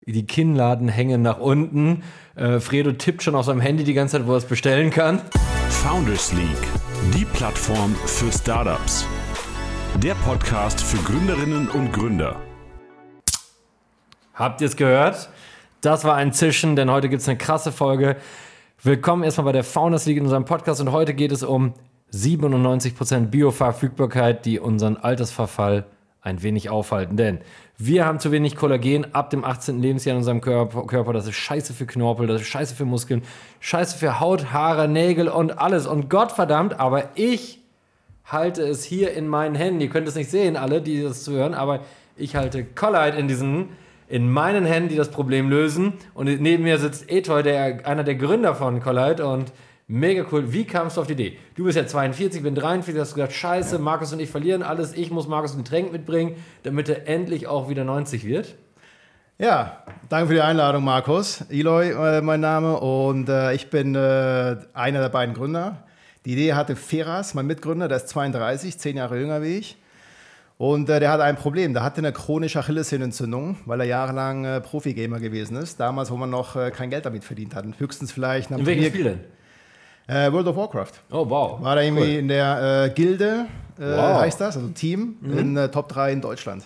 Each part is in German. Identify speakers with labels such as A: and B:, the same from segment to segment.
A: Die Kinnladen hängen nach unten. Fredo tippt schon auf seinem Handy die ganze Zeit, wo er es bestellen kann.
B: Founders League, die Plattform für Startups. Der Podcast für Gründerinnen und Gründer.
A: Habt ihr es gehört? Das war ein Zischen, denn heute gibt es eine krasse Folge. Willkommen erstmal bei der Founders League in unserem Podcast und heute geht es um 97% Bioverfügbarkeit, die unseren Altersverfall ein wenig aufhalten. Denn wir haben zu wenig Kollagen ab dem 18. Lebensjahr in unserem Körper. Das ist scheiße für Knorpel, das ist scheiße für Muskeln, scheiße für Haut, Haare, Nägel und alles. Und Gottverdammt, aber ich halte es hier in meinen Händen. Ihr könnt es nicht sehen, alle, die das zuhören, aber ich halte Collide in meinen Händen, die das Problem lösen. Und neben mir sitzt Etoy, einer der Gründer von Collide. Und mega cool. Wie kamst du auf die Idee? Du bist ja 42, ich bin 43, hast du gesagt, scheiße, Markus und ich verlieren alles. Ich muss Markus ein Getränk mitbringen, damit er endlich auch wieder 90 wird.
C: Ja, danke für die Einladung, Markus. Eloy, mein Name. Und ich bin einer der beiden Gründer. Die Idee hatte Feras, mein Mitgründer, der ist 32, 10 Jahre jünger wie ich. Und der hatte ein Problem. Der hatte eine chronische Achillessehnenentzündung, weil er jahrelang Profi-Gamer gewesen ist. Damals, wo man noch kein Geld damit verdient hat. Höchstens vielleicht...
A: In welchem Spiel denn?
C: World of Warcraft.
A: Oh, wow.
C: War da irgendwie in der Gilde, heißt das, also Team, in Top 3 in Deutschland.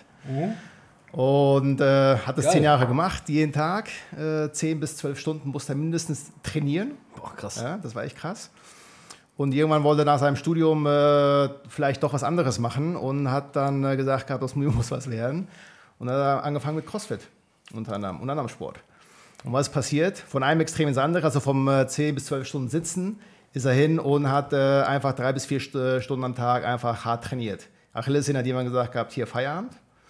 C: Und hat das 10 Jahre gemacht, jeden Tag. 10 bis 12 Stunden musste er mindestens trainieren.
A: Boah, krass.
C: Ja, das war echt krass. Und irgendwann wollte er nach seinem Studium vielleicht doch was anderes machen und hat dann gesagt, aus mir muss was werden. Und dann hat er angefangen mit CrossFit, unter anderem Sport. Und was passiert? Von einem Extrem ins andere, also vom 10 bis 12 Stunden sitzen, ist er hin und hat einfach 3 bis 4 Stunden am Tag einfach hart trainiert. Achillessehne hat jemand gesagt, hier Feierabend.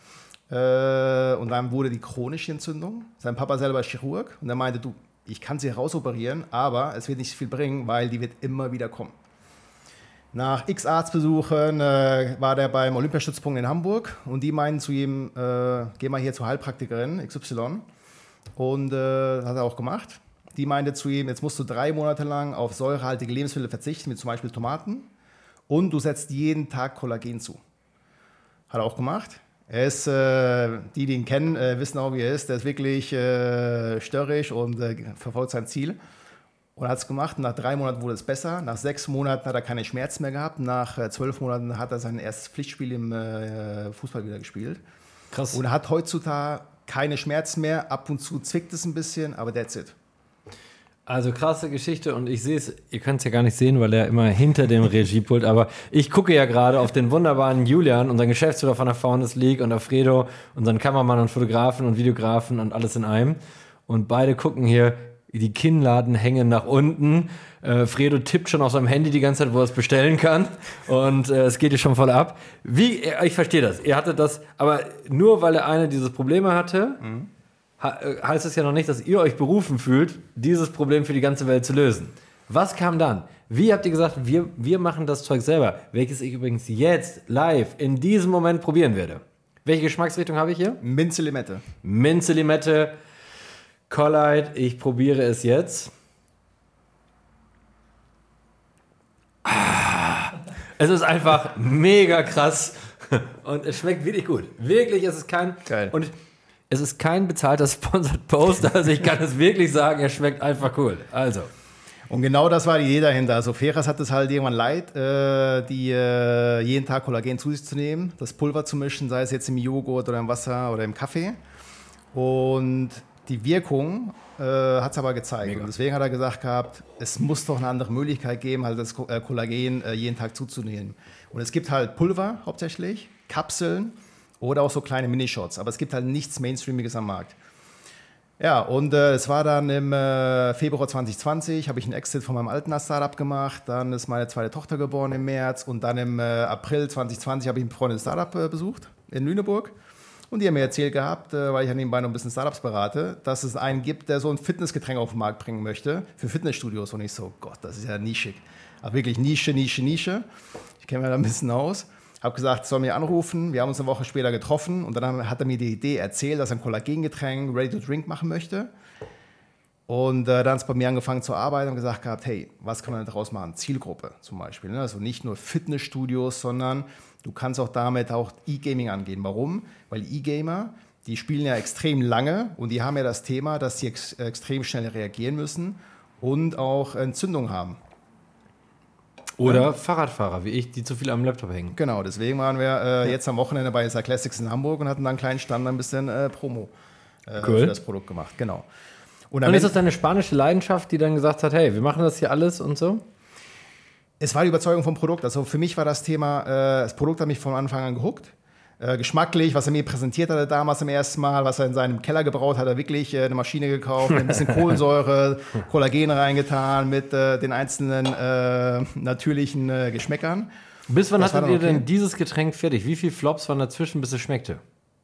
C: Und dann wurde die chronische Entzündung. Sein Papa selber ist Chirurg und er meinte, du, ich kann sie rausoperieren, aber es wird nicht viel bringen, weil die wird immer wieder kommen. Nach x Arztbesuchen war der beim Olympiastützpunkt in Hamburg und die meinten zu ihm, geh mal hier zur Heilpraktikerin XY. Und das hat er auch gemacht. Die meinte zu ihm, jetzt musst du 3 Monate lang auf säurehaltige Lebensmittel verzichten, wie zum Beispiel Tomaten. Und du setzt jeden Tag Kollagen zu. Hat er auch gemacht. Er ist, die ihn kennen, wissen auch, wie er ist. Der ist wirklich störrisch und verfolgt sein Ziel. Und hat es gemacht. Nach 3 Monaten wurde es besser. Nach 6 Monaten hat er keine Schmerzen mehr gehabt. Nach 12 Monaten hat er sein erstes Pflichtspiel im Fußball wieder gespielt.
A: Krass.
C: Und er hat heutzutage keine Schmerzen mehr. Ab und zu zwickt es ein bisschen, aber that's it.
A: Also krasse Geschichte und ich sehe es, ihr könnt es ja gar nicht sehen, weil er immer hinter dem Regiepult, aber ich gucke ja gerade auf den wunderbaren Julian, unseren Geschäftsführer von der Founders League und auf Fredo, unseren Kameramann und Fotografen und Videografen und alles in einem. Und beide gucken hier, die Kinnladen hängen nach unten. Fredo tippt schon auf seinem Handy die ganze Zeit, wo er es bestellen kann. Und es geht hier schon voll ab. Ich verstehe das. Ihr hattet das, aber nur weil der eine dieses Probleme hatte, heißt es ja noch nicht, dass ihr euch berufen fühlt, dieses Problem für die ganze Welt zu lösen. Was kam dann? Wie habt ihr gesagt, wir machen das Zeug selber? Welches ich übrigens jetzt live in diesem Moment probieren werde. Welche Geschmacksrichtung habe ich hier?
C: Minze-Limette.
A: Minze-Limette. Collide, ich probiere es jetzt. Es ist einfach mega krass und es schmeckt wirklich gut. Wirklich, es ist kein...
C: Geil.
A: Und es ist kein bezahlter Sponsored Post, also ich kann es wirklich sagen, er schmeckt einfach cool. Also.
C: Und genau das war die Idee dahinter. Also Feras hat es halt irgendwann leid, jeden Tag Kollagen zu sich zu nehmen, das Pulver zu mischen, sei es jetzt im Joghurt oder im Wasser oder im Kaffee. Und die Wirkung hat es aber gezeigt. Mega. Und deswegen hat er gesagt gehabt, es muss doch eine andere Möglichkeit geben, halt das Kollagen jeden Tag zuzunehmen. Und es gibt halt Pulver hauptsächlich, Kapseln oder auch so kleine Minishots. Aber es gibt halt nichts Mainstreamiges am Markt. Ja, und es war dann im Februar 2020, habe ich einen Exit von meinem alten Startup gemacht. Dann ist meine zweite Tochter geboren im März. Und dann im April 2020 habe ich ein befreundetes Startup besucht in Lüneburg. Und die haben mir erzählt gehabt, weil ich ja nebenbei noch ein bisschen Startups berate, dass es einen gibt, der so ein Fitnessgetränk auf den Markt bringen möchte für Fitnessstudios. Und ich so, Gott, das ist ja nischig. Aber wirklich Nische. Ich kenne mich da ein bisschen aus. Habe gesagt, soll mir anrufen. Wir haben uns eine Woche später getroffen und dann hat er mir die Idee erzählt, dass er ein Kollagengetränk ready to drink machen möchte. Und dann hat es bei mir angefangen zu arbeiten und gesagt gehabt, hey, was kann man daraus machen? Zielgruppe zum Beispiel. Ne? Also nicht nur Fitnessstudios, sondern du kannst auch damit auch E-Gaming angehen. Warum? Weil E-Gamer, die spielen ja extrem lange und die haben ja das Thema, dass sie extrem schnell reagieren müssen und auch Entzündung haben.
A: Oder Fahrradfahrer wie ich, die zu viel am Laptop hängen.
C: Genau, deswegen waren wir jetzt am Wochenende bei Cyclassics in Hamburg und hatten dann einen kleinen Stand, ein bisschen Promo für das Produkt gemacht. Genau.
A: Und ist das deine spanische Leidenschaft, die dann gesagt hat, hey, wir machen das hier alles und so?
C: Es war die Überzeugung vom Produkt. Also für mich war das Thema, das Produkt hat mich von Anfang an gehuckt. Geschmacklich, was er mir präsentiert hatte damals im ersten Mal, was er in seinem Keller gebraut hat, er wirklich eine Maschine gekauft, ein bisschen Kohlensäure, Kollagen reingetan mit den einzelnen natürlichen Geschmäckern.
A: Bis wann hattet ihr denn dieses Getränk fertig? Wie viele Flops waren dazwischen, bis es schmeckte?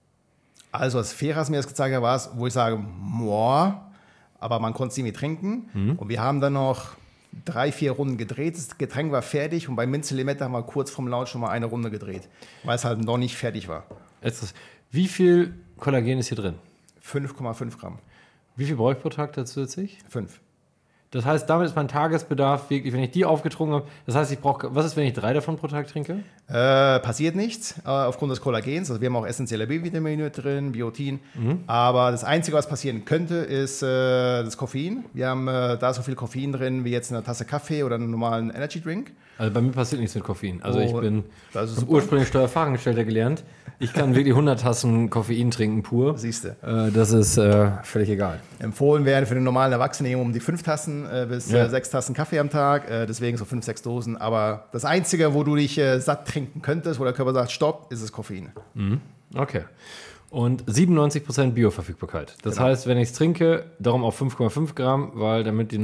C: Also als Feras mir das gezeigt hat, war es, wo ich sage, boah, aber man konnte es irgendwie trinken. Und wir haben dann noch 3-4 Runden gedreht, das Getränk war fertig und bei Minze Limette haben wir kurz vorm Launch schon mal eine Runde gedreht, weil es halt noch nicht fertig war.
A: Wie viel Kollagen ist hier drin?
C: 5,5 Gramm.
A: Wie viel brauche ich pro Tag zusätzlich?
C: 5.
A: Das heißt, damit ist mein Tagesbedarf wirklich, wenn ich die aufgetrunken habe, das heißt, ich brauche, was ist, wenn ich 3 davon pro Tag trinke?
C: Passiert nichts, aufgrund des Kollagens. Also wir haben auch essentielle B-Vitamine drin, Biotin. Aber das Einzige, was passieren könnte, ist das Koffein. Wir haben da so viel Koffein drin, wie jetzt in einer Tasse Kaffee oder einem normalen Energy Drink.
A: Also bei mir passiert nichts mit Koffein. Also ich bin ursprünglich Steuerfachangestellter gelernt. Ich kann wirklich 100 Tassen Koffein trinken pur.
C: Siehst du.
A: Das ist völlig egal.
C: Empfohlen werden für den normalen Erwachsenen um die 5 Tassen bis 6 Tassen Kaffee am Tag. Deswegen so 5, 6 Dosen. Aber das Einzige, wo du dich satt trinken könntest, wo der Körper sagt, stopp, ist das Koffein.
A: Okay. Und 97% Bioverfügbarkeit. Das heißt, wenn ich es trinke, darum auf 5,5 Gramm, weil damit die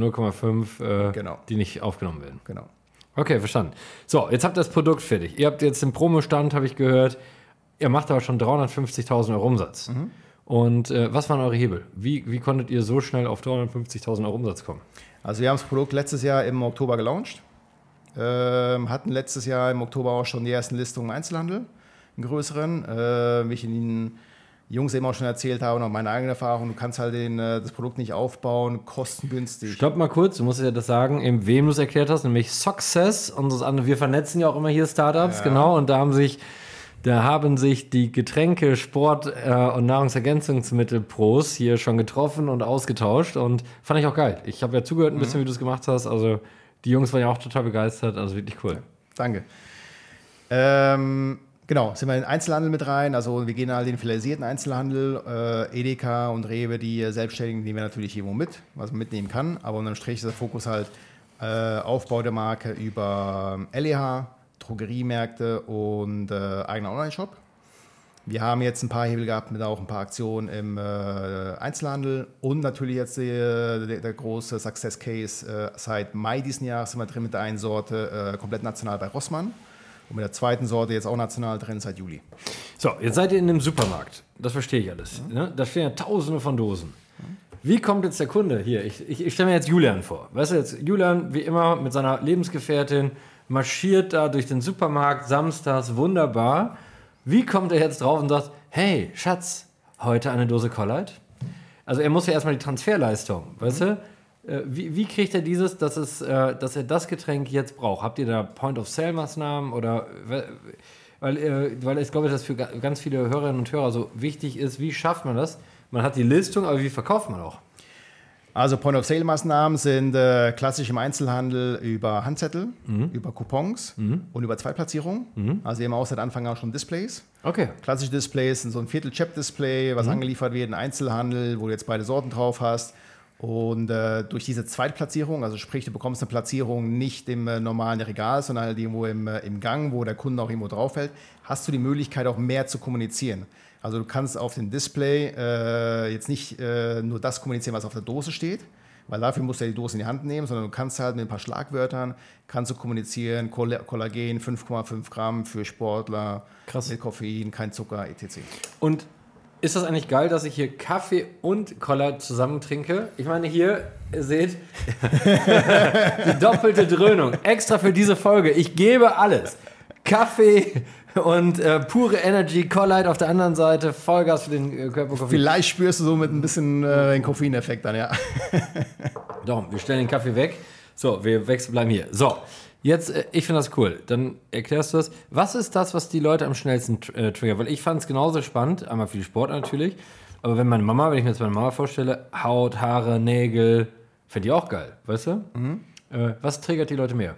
A: 0,5 die nicht aufgenommen werden.
C: Genau.
A: Okay, verstanden. So, jetzt habt ihr das Produkt fertig. Ihr habt jetzt den Promostand, habe ich gehört. Ihr macht aber schon 350.000 Euro Umsatz. Und was waren eure Hebel? Wie konntet ihr so schnell auf 350.000 Euro Umsatz kommen?
C: Also wir haben das Produkt letztes Jahr im Oktober gelauncht. Hatten letztes Jahr im Oktober auch schon die ersten Listungen im Einzelhandel, einen größeren. Wie ich den Jungs eben auch schon erzählt habe und auch meine eigene Erfahrung, du kannst halt das Produkt nicht aufbauen, kostengünstig.
A: Stopp mal kurz, du musst ja das sagen, wem du es erklärt hast, nämlich Success. Wir vernetzen ja auch immer hier Startups, genau, und da haben sich die Getränke-, Sport- und Nahrungsergänzungsmittel-Pros hier schon getroffen und ausgetauscht und fand ich auch geil. Ich habe ja zugehört ein bisschen, wie du es gemacht hast, also die Jungs waren ja auch total begeistert, also wirklich cool.
C: Danke. Genau, sind wir in den Einzelhandel mit rein, also wir gehen halt in den filialisierten Einzelhandel, Edeka und Rewe, die Selbstständigen, die wir natürlich irgendwo mit, was man mitnehmen kann, aber unterm Strich ist der Fokus halt Aufbau der Marke über LEH, Drogeriemärkte und eigener Online-Shop. Wir haben jetzt ein paar Hebel gehabt mit auch ein paar Aktionen im Einzelhandel und natürlich jetzt der große Success Case seit Mai diesen Jahres sind wir drin mit der einen Sorte komplett national bei Rossmann und mit der zweiten Sorte jetzt auch national drin seit Juli.
A: So, jetzt seid ihr in einem Supermarkt. Das verstehe ich alles. Ne? Da stehen ja Tausende von Dosen. Wie kommt jetzt der Kunde hier? Ich stelle mir jetzt Julian vor. Weißt du, jetzt Julian wie immer mit seiner Lebensgefährtin marschiert da durch den Supermarkt samstags, wunderbar. Wie kommt er jetzt drauf und sagt, hey, Schatz, heute eine Dose Collide? Also er muss ja erstmal die Transferleistung, weißt du? Wie kriegt er dieses, dass er das Getränk jetzt braucht? Habt ihr da Point-of-Sale-Maßnahmen oder... Weil ich glaube, dass für ganz viele Hörerinnen und Hörer so wichtig ist, wie schafft man das? Man hat die Listung, aber wie verkauft man auch?
C: Also Point-of-Sale-Maßnahmen sind klassisch im Einzelhandel über Handzettel, über Coupons und über Zweitplatzierung. Also eben auch seit Anfang an schon Displays.
A: Okay.
C: Klassische Displays sind so ein Viertel-Chap-Display, was angeliefert wird, ein Einzelhandel, wo du jetzt beide Sorten drauf hast. Und durch diese Zweitplatzierung, also sprich, du bekommst eine Platzierung nicht im normalen Regal, sondern halt irgendwo im Gang, wo der Kunde auch irgendwo drauf fällt, hast du die Möglichkeit auch mehr zu kommunizieren. Also du kannst auf dem Display jetzt nicht nur das kommunizieren, was auf der Dose steht, weil dafür musst du ja die Dose in die Hand nehmen, sondern du kannst halt mit ein paar Schlagwörtern kannst du kommunizieren, Kollagen 5,5 Gramm für Sportler,
A: krass,
C: mit Koffein, kein Zucker, etc.
A: Und ist das eigentlich geil, dass ich hier Kaffee und Collide zusammen trinke? Ich meine, hier, ihr seht, die doppelte Dröhnung. Extra für diese Folge. Ich gebe alles. Kaffee und pure Energy, Collide auf der anderen Seite, Vollgas für den Körper.
C: Vielleicht spürst du so mit ein bisschen den Koffeineffekt dann, ja.
A: Darum, wir stellen den Kaffee weg. So, wir bleiben hier. So, Jetzt, ich finde das cool. Dann erklärst du das. Was ist das, was die Leute am schnellsten triggert? Weil ich fand es genauso spannend. Einmal für die Sport natürlich. Aber wenn ich mir jetzt meine Mama vorstelle, Haut, Haare, Nägel, finde ich auch geil, weißt du? Was triggert die Leute mehr?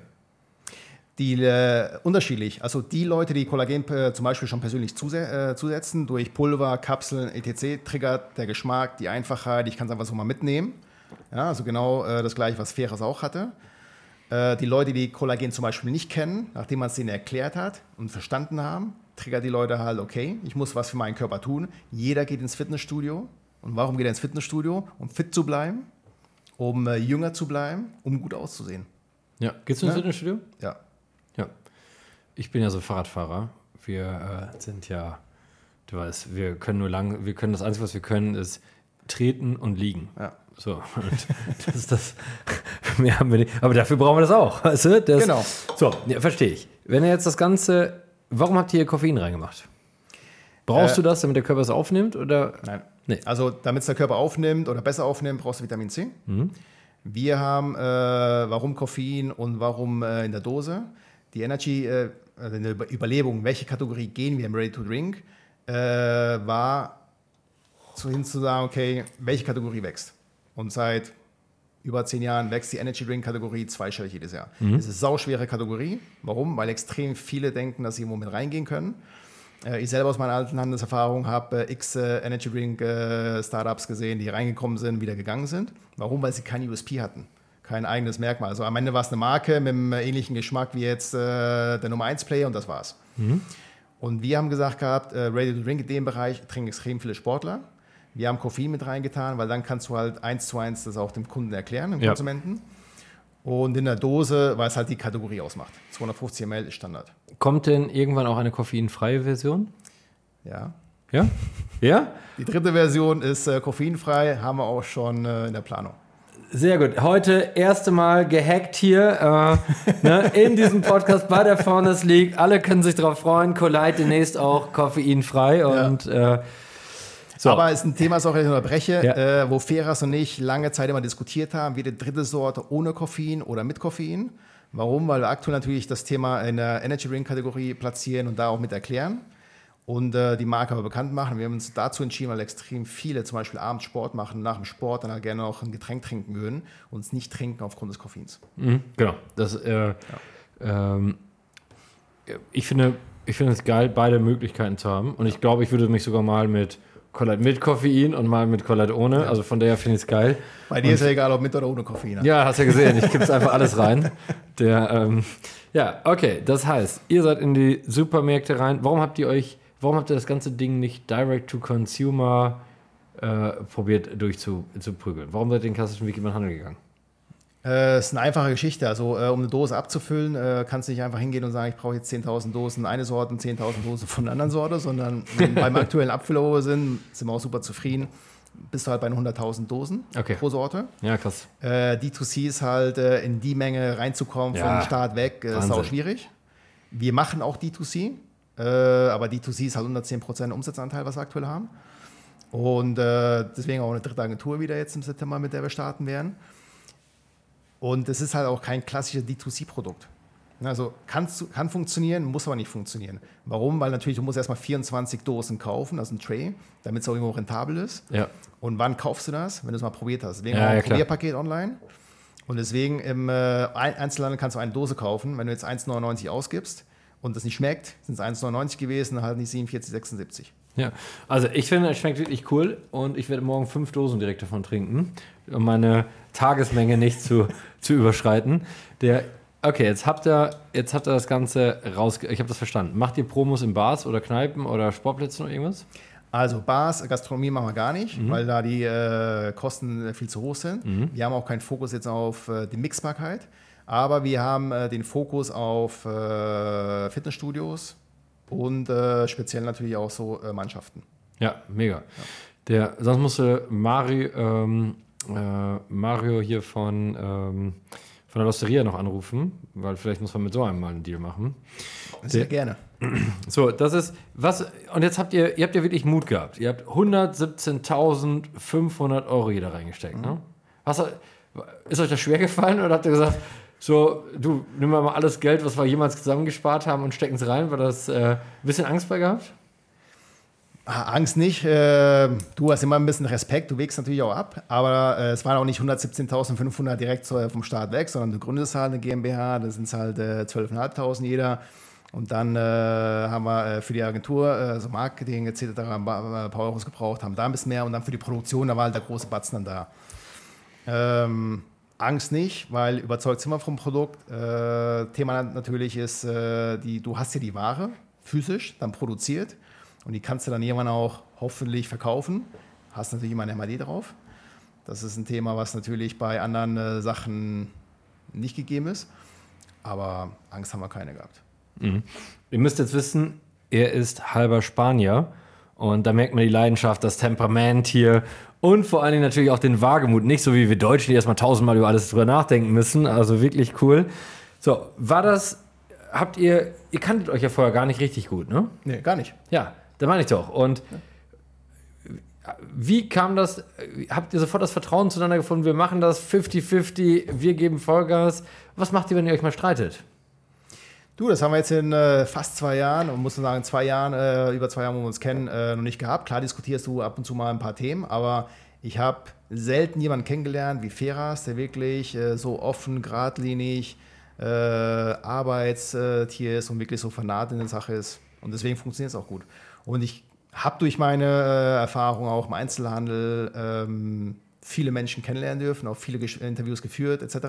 C: Unterschiedlich. Also die Leute, die Kollagen zum Beispiel schon persönlich zusetzen, durch Pulver, Kapseln, etc., triggert der Geschmack, die Einfachheit, ich kann es einfach so mal mitnehmen. Ja, also genau das Gleiche, was Feras auch hatte. Die Leute, die Kollagen zum Beispiel nicht kennen, nachdem man es denen erklärt hat und verstanden haben, triggert die Leute halt, okay, ich muss was für meinen Körper tun. Jeder geht ins Fitnessstudio. Und warum geht er ins Fitnessstudio? Um fit zu bleiben, um jünger zu bleiben, um gut auszusehen.
A: Ja, gehst du ins Fitnessstudio?
C: Ja.
A: Ja. Ich bin ja so Fahrradfahrer. Wir sind ja, du weißt, wir können das Einzige, was wir können, ist treten und liegen. Ja. So, und das ist das. Mehr haben wir nicht. Aber dafür brauchen wir das auch. Weißt du?
C: Genau.
A: So, ja, verstehe ich. Wenn ihr jetzt das Ganze, warum habt ihr hier Koffein reingemacht? Brauchst du das, damit der Körper es aufnimmt? Oder?
C: Nein. Nee. Also, damit es der Körper aufnimmt oder besser aufnimmt, brauchst du Vitamin C. Wir haben, warum Koffein und warum in der Dose? Die Energy, in der Überlegung, welche Kategorie gehen wir im Ready to Drink, war hin zu sagen, okay, welche Kategorie wächst? Und seit über 10 Jahren wächst die Energy Drink Kategorie zweistellig jedes Jahr. Das ist eine sauschwere Kategorie. Warum? Weil extrem viele denken, dass sie irgendwo mit reingehen können. Ich selber aus meiner alten Handelserfahrung habe x Energy Drink Startups gesehen, die reingekommen sind, wieder gegangen sind. Warum? Weil sie kein USP hatten. Kein eigenes Merkmal. Also am Ende war es eine Marke mit einem ähnlichen Geschmack wie jetzt der Nummer 1 Player und das war's. Und wir haben gesagt gehabt, Ready to Drink in dem Bereich trinken extrem viele Sportler. Wir haben Koffein mit reingetan, weil dann kannst du halt 1:1 das auch dem Kunden erklären, dem Konsumenten. Und in der Dose, weil es halt die Kategorie ausmacht. 250 ml ist Standard.
A: Kommt denn irgendwann auch eine koffeinfreie Version?
C: Ja.
A: Ja? Ja?
C: Die dritte Version ist koffeinfrei, haben wir auch schon in der Planung.
A: Sehr gut. Heute erste Mal gehackt hier in diesem Podcast bei der Founders League. Alle können sich darauf freuen. Collide demnächst auch koffeinfrei. Und, so.
C: Aber es ist ein Thema, das ich unterbreche, wo Feras und ich lange Zeit immer diskutiert haben, wie die dritte Sorte ohne Koffein oder mit Koffein. Warum? Weil wir aktuell natürlich das Thema in der Energy Drink Kategorie platzieren und da auch mit erklären. Und die Marke aber bekannt machen. Wir haben uns dazu entschieden, weil extrem viele zum Beispiel abends Sport machen, nach dem Sport dann halt gerne noch ein Getränk trinken würden und es nicht trinken aufgrund des Koffeins.
A: Genau. Das, ich finde es geil, beide Möglichkeiten zu haben. Und ich glaube, ich würde mich sogar mal mit Collide mit Koffein und mal mit Collide ohne. Ja. Also von daher finde ich es geil.
C: Bei dir ist ja egal, ob mit oder ohne Koffein. Ne?
A: Ja, hast ja gesehen. Ich kippe es einfach alles rein. Ja, okay. Das heißt, ihr seid in die Supermärkte rein. Warum habt ihr das ganze Ding nicht direct to consumer probiert durchzuprügeln? Warum seid ihr den klassischen Weg über den Handel gegangen?
C: Es ist eine einfache Geschichte. Also, um eine Dose abzufüllen, kannst du nicht einfach hingehen und sagen, ich brauche jetzt 10.000 Dosen eine Sorte und 10.000 Dosen von einer anderen Sorte, sondern beim aktuellen Abfüller, wo wir sind wir auch super zufrieden. Bist du halt bei 100.000 Dosen pro Sorte.
A: Ja, krass.
C: D2C ist halt in die Menge reinzukommen, vom Start weg, ist auch schwierig. Wir machen auch D2C, aber D2C ist halt 110% Umsatzanteil, was wir aktuell haben. Und deswegen auch eine dritte Agentur wieder jetzt im September, mit der wir starten werden. Und es ist halt auch kein klassisches D2C-Produkt. Also kann funktionieren, muss aber nicht funktionieren. Warum? Weil natürlich, du musst erstmal 24 Dosen kaufen, das ist ein Tray, damit es auch irgendwo rentabel ist. Ja. Und wann kaufst du das? Wenn du es mal probiert hast. Deswegen auch ein Probierpaket online. Und deswegen im Einzelhandel kannst du eine Dose kaufen. Wenn du jetzt 1,99 ausgibst und das nicht schmeckt, sind es 1,99 gewesen, halt nicht 47,76.
A: Ja, also ich finde, es schmeckt wirklich cool und ich werde morgen 5 Dosen direkt davon trinken, um meine Tagesmenge nicht zu überschreiten. Okay, jetzt habt ihr das Ganze ich habe das verstanden. Macht ihr Promos in Bars oder Kneipen oder Sportplätzen oder irgendwas?
C: Also Bars, Gastronomie machen wir gar nicht, weil da die Kosten viel zu hoch sind. Wir haben auch keinen Fokus jetzt auf die Mixbarkeit, aber wir haben den Fokus auf Fitnessstudios und speziell natürlich auch so Mannschaften.
A: Ja, mega. Ja. Sonst musste Mario hier von der Losteria noch anrufen, weil vielleicht muss man mit so einem mal einen Deal machen.
C: Sehr gerne.
A: So, das ist was. Und jetzt habt ihr habt ja wirklich Mut gehabt. Ihr habt 117.500 € hier da reingesteckt. Ne? Ist euch das schwer gefallen oder habt ihr gesagt, So, du, nimm mal alles Geld, was wir jemals zusammengespart haben und stecken es rein. War das ein bisschen Angst bei gehabt?
C: Angst nicht. Du hast immer ein bisschen Respekt. Du wägst natürlich auch ab. Aber es waren auch nicht 117.500 direkt vom Start weg, sondern du gründest halt eine GmbH. Das sind halt 12.500 jeder. Und dann haben wir für die Agentur, so Marketing etc. ein paar Euros gebraucht, haben da ein bisschen mehr. Und dann für die Produktion, da war halt der große Batzen dann da. Angst nicht, weil überzeugt sind wir vom Produkt. Thema natürlich ist, du hast ja die Ware physisch, dann produziert und die kannst du dann irgendwann auch hoffentlich verkaufen. Hast natürlich immer ein MAD drauf. Das ist ein Thema, was natürlich bei anderen Sachen nicht gegeben ist. Aber Angst haben wir keine gehabt.
A: Mhm. Ihr müsst jetzt wissen, er ist halber Spanier und da merkt man die Leidenschaft, das Temperament hier und vor allen Dingen natürlich auch den Wagemut. Nicht so wie wir Deutschen, die erstmal 1000-mal über alles drüber nachdenken müssen. Also wirklich cool. So, war das, ihr kanntet euch ja vorher gar nicht richtig gut, ne?
C: Nee, gar nicht.
A: Ja, da meine ich doch. Und wie kam das, habt ihr sofort das Vertrauen zueinander gefunden, wir machen das 50-50, wir geben Vollgas. Was macht ihr, wenn ihr euch mal streitet?
C: Du, das haben wir jetzt in fast 2 Jahren, und muss man sagen, über 2 Jahren, wo wir uns kennen, noch nicht gehabt. Klar diskutierst du ab und zu mal ein paar Themen, aber ich habe selten jemanden kennengelernt wie Feras, der wirklich so offen, geradlinig, Arbeitstier ist und wirklich so fanat in der Sache ist. Und deswegen funktioniert es auch gut. Und ich habe durch meine Erfahrung auch im Einzelhandel viele Menschen kennenlernen dürfen, auch viele Interviews geführt etc.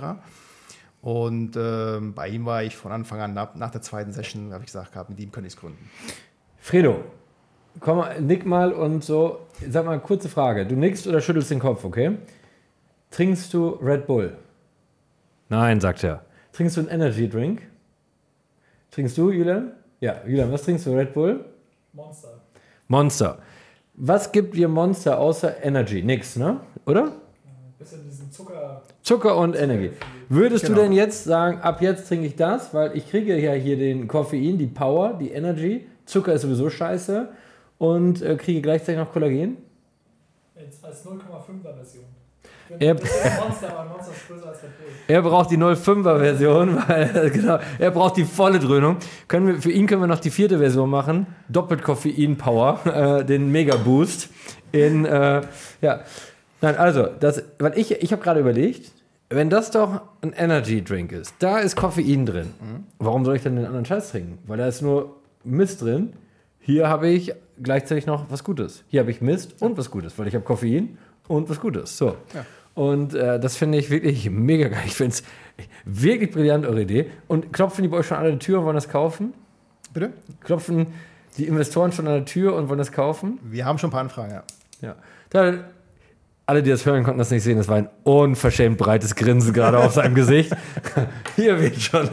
C: Und bei ihm war ich von Anfang an, nach der zweiten Session, habe ich gesagt, mit ihm könnte ich es gründen.
A: Fredo, komm mal, nick mal und so, sag mal, kurze Frage. Du nickst oder schüttelst den Kopf, okay? Trinkst du Red Bull? Nein, sagt er. Trinkst du einen Energy Drink? Trinkst du, Julian? Ja, Julian, was trinkst du? Red Bull? Monster. Was gibt dir Monster außer Energy? Nix, ne? Oder?
D: Bisschen diesen
A: Zucker und Energie. Würdest du denn jetzt sagen, ab jetzt trinke ich das, weil ich kriege ja hier den Koffein, die Power, die Energy, Zucker ist sowieso scheiße und kriege gleichzeitig noch Kollagen?
D: Jetzt als 0,5er Version.
A: Monster ist größer als Red Bull. Er braucht die 0,5er Version, weil genau, er braucht die volle Dröhnung. Für ihn können wir noch die 4. Version machen. Doppelt Koffein Power, den Mega Boost. Nein, also, weil ich habe gerade überlegt, wenn das doch ein Energy Drink ist, da ist Koffein drin. Warum soll ich denn den anderen Scheiß trinken? Weil da ist nur Mist drin. Hier habe ich gleichzeitig noch was Gutes. Hier habe ich Mist und was Gutes, weil ich habe Koffein und was Gutes. So. Ja. Und das finde ich wirklich mega geil. Ich finde es wirklich brillant, eure Idee. Und klopfen die bei euch schon an der Tür und wollen das kaufen?
C: Bitte?
A: Klopfen die Investoren schon an der Tür und wollen das kaufen?
C: Wir haben schon ein paar Anfragen,
A: ja. Alle, die das hören, konnten das nicht sehen. Das war ein unverschämt breites Grinsen gerade auf seinem Gesicht. Hier wird schon...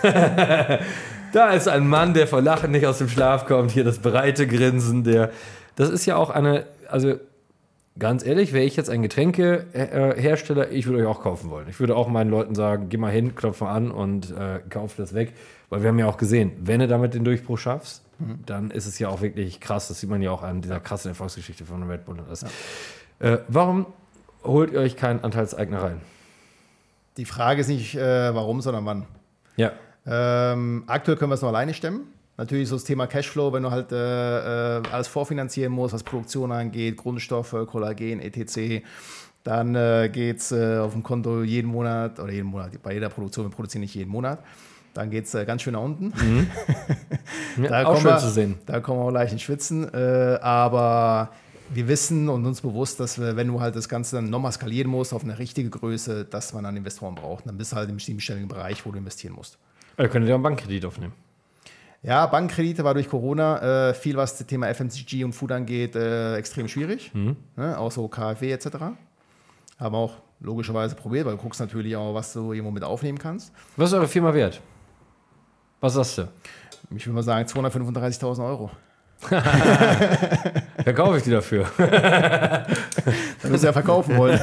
A: Da ist ein Mann, der vor Lachen nicht aus dem Schlaf kommt. Hier das breite Grinsen. Das ist ja auch also ganz ehrlich, wäre ich jetzt ein Getränkehersteller, ich würde euch auch kaufen wollen. Ich würde auch meinen Leuten sagen, geh mal hin, klopf mal an und kauf das weg. Weil wir haben ja auch gesehen, wenn du damit den Durchbruch schaffst, dann ist es ja auch wirklich krass. Das sieht man ja auch an dieser krassen Erfolgsgeschichte von Red Bull. Warum holt ihr euch keinen Anteilseigner rein?
C: Die Frage ist nicht, warum, sondern wann.
A: Ja.
C: Aktuell können wir es noch alleine stemmen. Natürlich so das Thema Cashflow, wenn du halt alles vorfinanzieren musst, was Produktion angeht, Grundstoffe, Kollagen, etc., dann geht es auf dem Konto jeden Monat, bei jeder Produktion, wir produzieren nicht jeden Monat, dann geht es ganz schön nach unten.
A: Ja, auch schön zu sehen.
C: Da kommen wir auch leicht ins Schwitzen, aber wir wissen und uns bewusst, dass wenn du halt das Ganze dann nochmal skalieren musst auf eine richtige Größe, dass man dann Investoren braucht. Dann bist du halt im siebenstelligen Bereich, wo du investieren musst.
A: Also könnt ihr auch einen Bankkredit aufnehmen?
C: Ja, Bankkredite war durch Corona viel, was das Thema FMCG und Food angeht, extrem schwierig. Auch so KfW etc. Haben auch logischerweise probiert, weil du guckst natürlich auch, was du irgendwo mit aufnehmen kannst.
A: Was ist eure Firma wert? Was sagst du?
C: Ich würde mal sagen 235.000 Euro.
A: Da kaufe ich die dafür.
C: Dann müssen wir ja verkaufen wollen.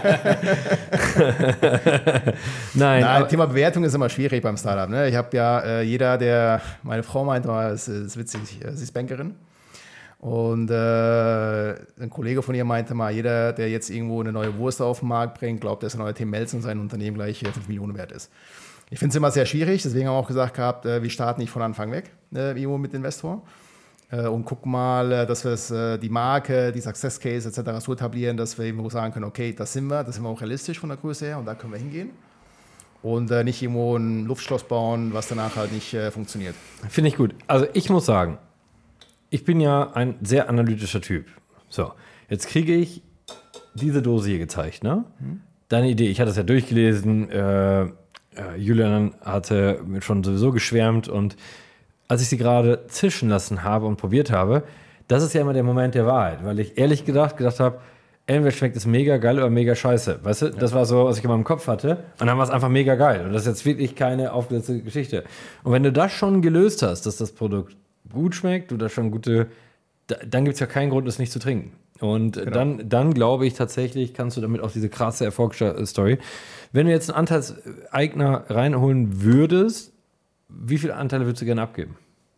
C: Nein, Thema Bewertung ist immer schwierig beim Startup. Ne? Ich habe ja meine Frau meinte mal, es ist witzig, sie ist Bankerin. Und ein Kollege von ihr meinte mal, jeder, der jetzt irgendwo eine neue Wurst auf den Markt bringt, glaubt, dass der neue Tim Melzer und sein Unternehmen gleich 5 Millionen wert ist. Ich finde es immer sehr schwierig, deswegen haben wir auch gesagt gehabt, wir starten nicht von Anfang weg, irgendwo mit Investor. Und gucken mal, dass wir die Marke, die Success Case etc. so etablieren, dass wir irgendwo sagen können, okay, das sind wir auch realistisch von der Größe her und da können wir hingehen. Und nicht irgendwo ein Luftschloss bauen, was danach halt nicht funktioniert.
A: Finde ich gut. Also ich muss sagen, ich bin ja ein sehr analytischer Typ. So, jetzt kriege ich diese Dose hier gezeigt, ne? Deine Idee, ich hatte es ja durchgelesen, Julian hatte mir schon sowieso geschwärmt und als ich sie gerade zischen lassen habe und probiert habe, das ist ja immer der Moment der Wahrheit, weil ich ehrlich gedacht habe, entweder schmeckt es mega geil oder mega scheiße. Weißt du, das war so, was ich in meinem Kopf hatte und dann war es einfach mega geil und das ist jetzt wirklich keine aufgesetzte Geschichte. Und wenn du das schon gelöst hast, dass das Produkt gut schmeckt, du das schon dann gibt es ja keinen Grund, es nicht zu trinken. Und dann glaube ich tatsächlich, kannst du damit auch diese krasse Erfolgsstory. Wenn du jetzt einen Anteilseigner reinholen würdest, wie viele Anteile würdest du gerne abgeben?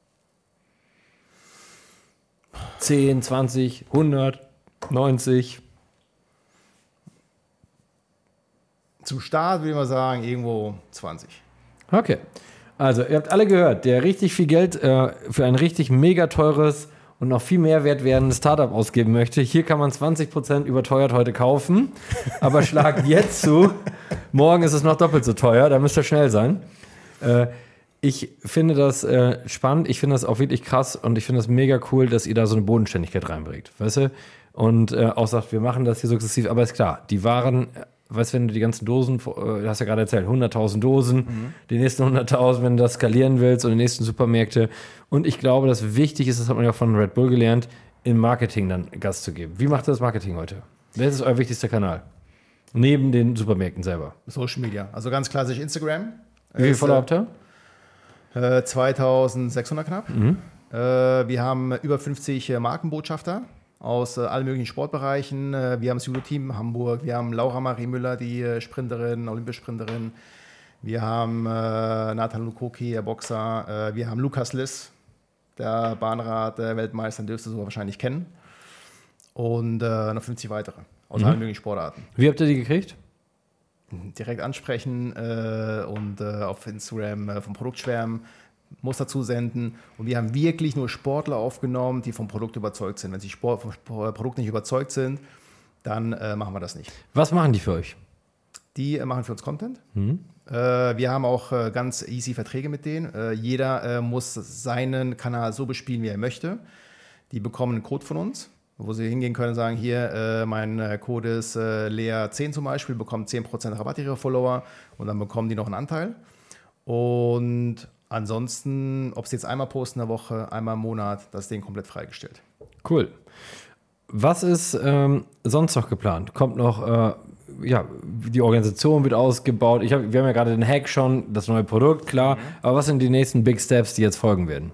A: 10, 20, 100, 90?
C: Zum Start würde ich mal sagen, irgendwo 20.
A: Okay. Also, ihr habt alle gehört, der richtig viel Geld für ein richtig mega teures und noch viel mehr wert werdendes Startup ausgeben möchte. Hier kann man 20% überteuert heute kaufen, aber schlagt jetzt zu. Morgen ist es noch doppelt so teuer, da müsst ihr schnell sein. Ich finde das spannend, ich finde das auch wirklich krass und ich finde das mega cool, dass ihr da so eine Bodenständigkeit reinbringt, weißt du? Und auch sagt, wir machen das hier sukzessiv, aber ist klar, die Waren, weißt du, wenn du die ganzen Dosen, du hast ja gerade erzählt, 100.000 Dosen, die nächsten 100.000, wenn du das skalieren willst und die nächsten Supermärkte. Und ich glaube, dass wichtig ist, das hat man ja von Red Bull gelernt, im Marketing dann Gas zu geben. Wie macht ihr das Marketing heute? Wer ist euer wichtigster Kanal? Neben den Supermärkten selber.
C: Social Media, also ganz klassisch Instagram.
A: Wie viele Follower habt ihr?
C: 2600 knapp. Wir haben über 50 Markenbotschafter aus allen möglichen Sportbereichen. Wir haben das Judo-Team Hamburg, wir haben Laura Marie Müller, die Sprinterin, Olympiasprinterin. Wir haben Nathan Lukoki, der Boxer. Wir haben Lukas Liss, der Bahnrad-Weltmeister, den dürfst du so wahrscheinlich kennen. Und noch 50 weitere aus allen möglichen Sportarten.
A: Wie habt ihr die gekriegt?
C: Direkt ansprechen und auf Instagram vom Produkt schwärmen, Muster zusenden. Und wir haben wirklich nur Sportler aufgenommen, die vom Produkt überzeugt sind. Wenn sie vom Produkt nicht überzeugt sind, dann machen wir das nicht.
A: Was machen die für euch?
C: Die machen für uns Content. Wir haben auch ganz easy Verträge mit denen. Jeder muss seinen Kanal so bespielen, wie er möchte. Die bekommen einen Code von uns, wo sie hingehen können und sagen, hier, mein Code ist Lea10 zum Beispiel, bekommt 10% Rabatt ihre Follower und dann bekommen die noch einen Anteil. Und ansonsten, ob sie jetzt einmal posten in der Woche, einmal im Monat, das ist denen komplett freigestellt.
A: Cool. Was ist sonst noch geplant? Kommt noch, die Organisation wird ausgebaut. Wir haben ja gerade den Hack schon, das neue Produkt, klar. Aber was sind die nächsten Big Steps, die jetzt folgen werden?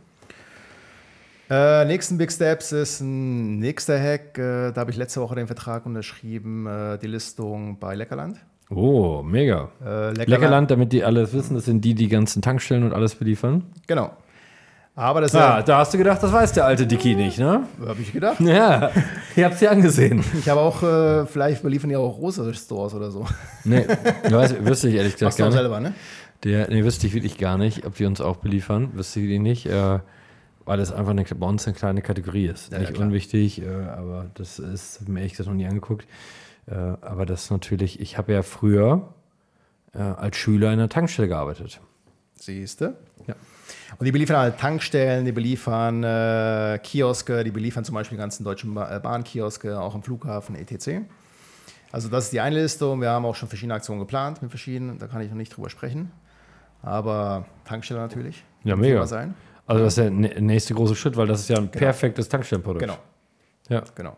C: Nächsten Big Steps ist ein nächster Hack. Da habe ich letzte Woche den Vertrag unterschrieben, die Listung bei Leckerland.
A: Oh, mega. Leckerland, damit die alles wissen, das sind die ganzen Tankstellen und alles beliefern.
C: Genau. Aber das
A: da hast du gedacht, das weiß der alte Dicky nicht, ne?
C: Habe ich gedacht.
A: Ja, ich hab's dir angesehen.
C: Ich habe auch, vielleicht beliefern die auch große Stores oder so.
A: Nee, wüsste ich ehrlich gesagt
C: gar nicht. Selber, ne?
A: Wüsste ich wirklich gar nicht, ob die uns auch beliefern. Wüsste ich nicht. Weil das einfach bei uns eine kleine Kategorie ist. Ja, nicht unwichtig, aber das ist mir ehrlich gesagt noch nie angeguckt. Aber das ist natürlich, ich habe ja früher als Schüler in einer Tankstelle gearbeitet.
C: Siehste?
A: Ja.
C: Und die beliefern halt Tankstellen, die beliefern Kioske, die beliefern zum Beispiel die ganzen deutschen Bahnkioske, auch am Flughafen, etc. Also das ist die eine Liste. Wir haben auch schon verschiedene Aktionen geplant mit verschiedenen, da kann ich noch nicht drüber sprechen. Aber Tankstelle natürlich.
A: Ja, mega. Sein. Also das ist der nächste große Schritt, weil das ist ja ein perfektes Tankstellenprodukt.
C: Genau.
A: Ja.
C: Genau.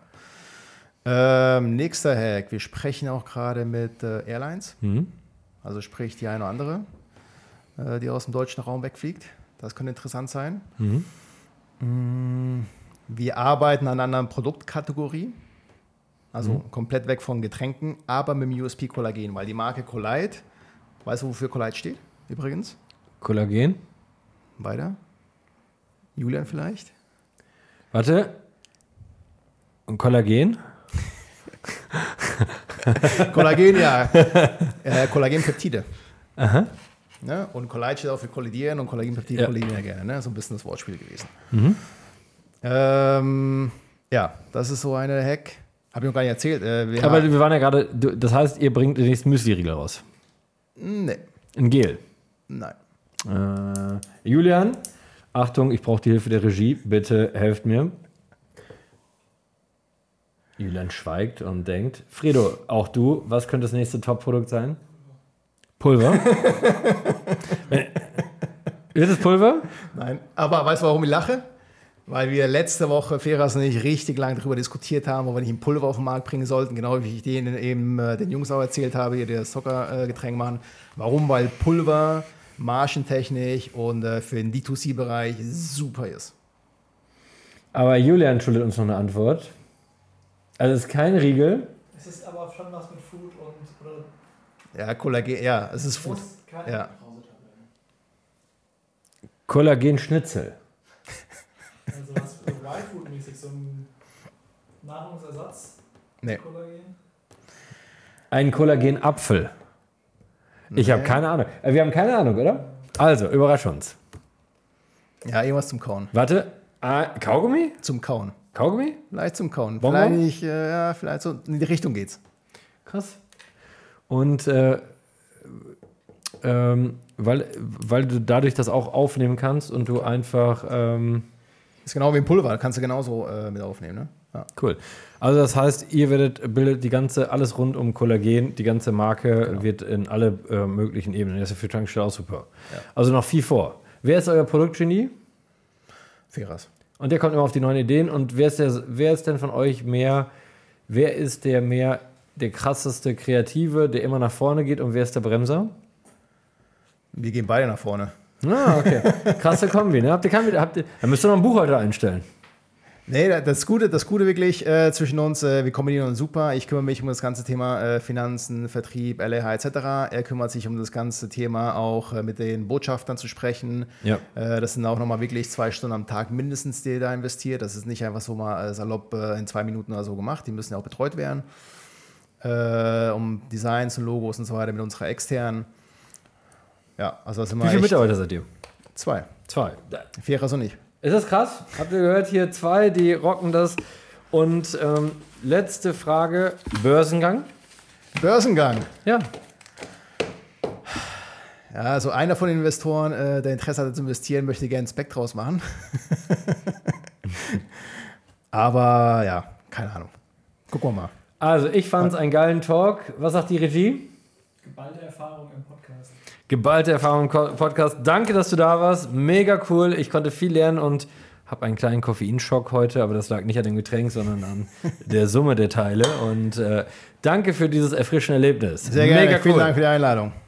C: Nächster Hack. Wir sprechen auch gerade mit Airlines. Also sprich die eine oder andere, die aus dem deutschen Raum wegfliegt. Das könnte interessant sein. Wir arbeiten an einer anderen Produktkategorie. Also komplett weg von Getränken, aber mit dem USP Kollagen. Weil die Marke Collide, weißt du, wofür Collide steht übrigens?
A: Kollagen?
C: Weiter? Julian vielleicht?
A: Warte. Und Kollagen?
C: Kollagen, ja. Kollagenpeptide.
A: Aha.
C: Ne? Und Collide steht auch für kollidieren und Kollagenpeptide kollidieren ja gerne. Ne? So ein bisschen das Wortspiel gewesen. Ja, das ist so eine Hack. Habe ich noch gar nicht erzählt.
A: Aber wir waren ja gerade, das heißt, ihr bringt den nächsten Müsli-Riegel raus.
C: Nee,
A: Ein Gel.
C: nein.
A: Julian, Achtung, ich brauche die Hilfe der Regie. Bitte helft mir. Julian schweigt und denkt. Fredo, auch du, was könnte das nächste Top-Produkt sein? Pulver? Ist es Pulver?
C: Nein. Aber weißt du, warum ich lache? Weil wir letzte Woche, Feras und ich, richtig lange darüber diskutiert haben, ob wir nicht ein Pulver auf den Markt bringen sollten. Genau wie ich denen eben den Jungs auch erzählt habe, die das Soccer-Getränk machen. Warum? Weil Pulver margentechnisch und für den D2C-Bereich super ist.
A: Aber Julian schuldet uns noch eine Antwort. Also es ist kein Riegel.
D: Es ist aber schon was mit Food und. Oder
C: Ja, Kollagen, ja, es ist Food.
D: muss keine
C: Ja.
D: Brausetabletten.
A: Kollagenschnitzel.
D: Also was Y-Food-mäßig, so ein Nahrungsersatz.
C: Nee.
D: Kollagen.
A: Ein Kollagenapfel. Ich habe keine Ahnung. Wir haben keine Ahnung, oder? Also, überrasch uns.
C: Ja, irgendwas zum Kauen.
A: Warte. Kaugummi?
C: Zum Kauen.
A: Kaugummi?
C: Vielleicht zum Kauen.
A: Bonbon?
C: Vielleicht, ja, vielleicht so in die Richtung geht's.
A: Krass. Und weil du dadurch das auch aufnehmen kannst und du einfach
C: Ist genau wie ein Pulver, kannst du genauso mit aufnehmen, ne? Ja.
A: cool. Also das heißt, ihr bildet die ganze, alles rund um Kollagen, die ganze Marke wird in alle möglichen Ebenen. Das ist ja für Tankstelle auch super.
C: Ja.
A: Also noch viel vor. Wer ist euer Produktgenie?
C: Feras.
A: Und der kommt immer auf die neuen Ideen. Und wer ist denn von euch wer ist der krasseste Kreative, der immer nach vorne geht, und wer ist der Bremser?
C: Wir gehen beide nach vorne.
A: Ah, okay. Krasse Kombi, ne? Da müsst ihr noch einen Buchhalter einstellen.
C: Nee, das Gute wirklich zwischen uns, wir kombinieren uns super. Ich kümmere mich um das ganze Thema Finanzen, Vertrieb, LEH etc. Er kümmert sich um das ganze Thema auch mit den Botschaftern zu sprechen.
A: Ja.
C: Das sind auch nochmal wirklich 2 Stunden am Tag mindestens, die da investiert. Das ist nicht einfach so mal salopp in 2 Minuten oder so gemacht. Die müssen ja auch betreut werden. Um Designs und Logos und so weiter mit unserer externen. Ja, also das sind wir
A: Wie viele
C: echt
A: Mitarbeiter seid ihr?
C: 2.
A: 2.
C: Feras und ich.
A: Ist das krass? Habt ihr gehört, hier 2, die rocken das. Und letzte Frage, Börsengang?
C: Börsengang.
A: Ja.
C: Ja, also einer von den Investoren, der Interesse hatte zu investieren, möchte gerne einen Spec draus machen. Aber ja, keine Ahnung. Gucken wir mal.
A: Also ich fand es einen geilen Talk. Was sagt die Regie?
D: Geballte Erfahrung im Podcast.
A: Geballte Erfahrung im Podcast. Danke, dass du da warst. Mega cool. Ich konnte viel lernen und habe einen kleinen Koffeinschock heute, aber das lag nicht an dem Getränk, sondern an der Summe der Teile. Und danke für dieses erfrischende Erlebnis.
C: Sehr gerne.
A: Mega
C: Vielen
A: cool.
C: Dank für die Einladung.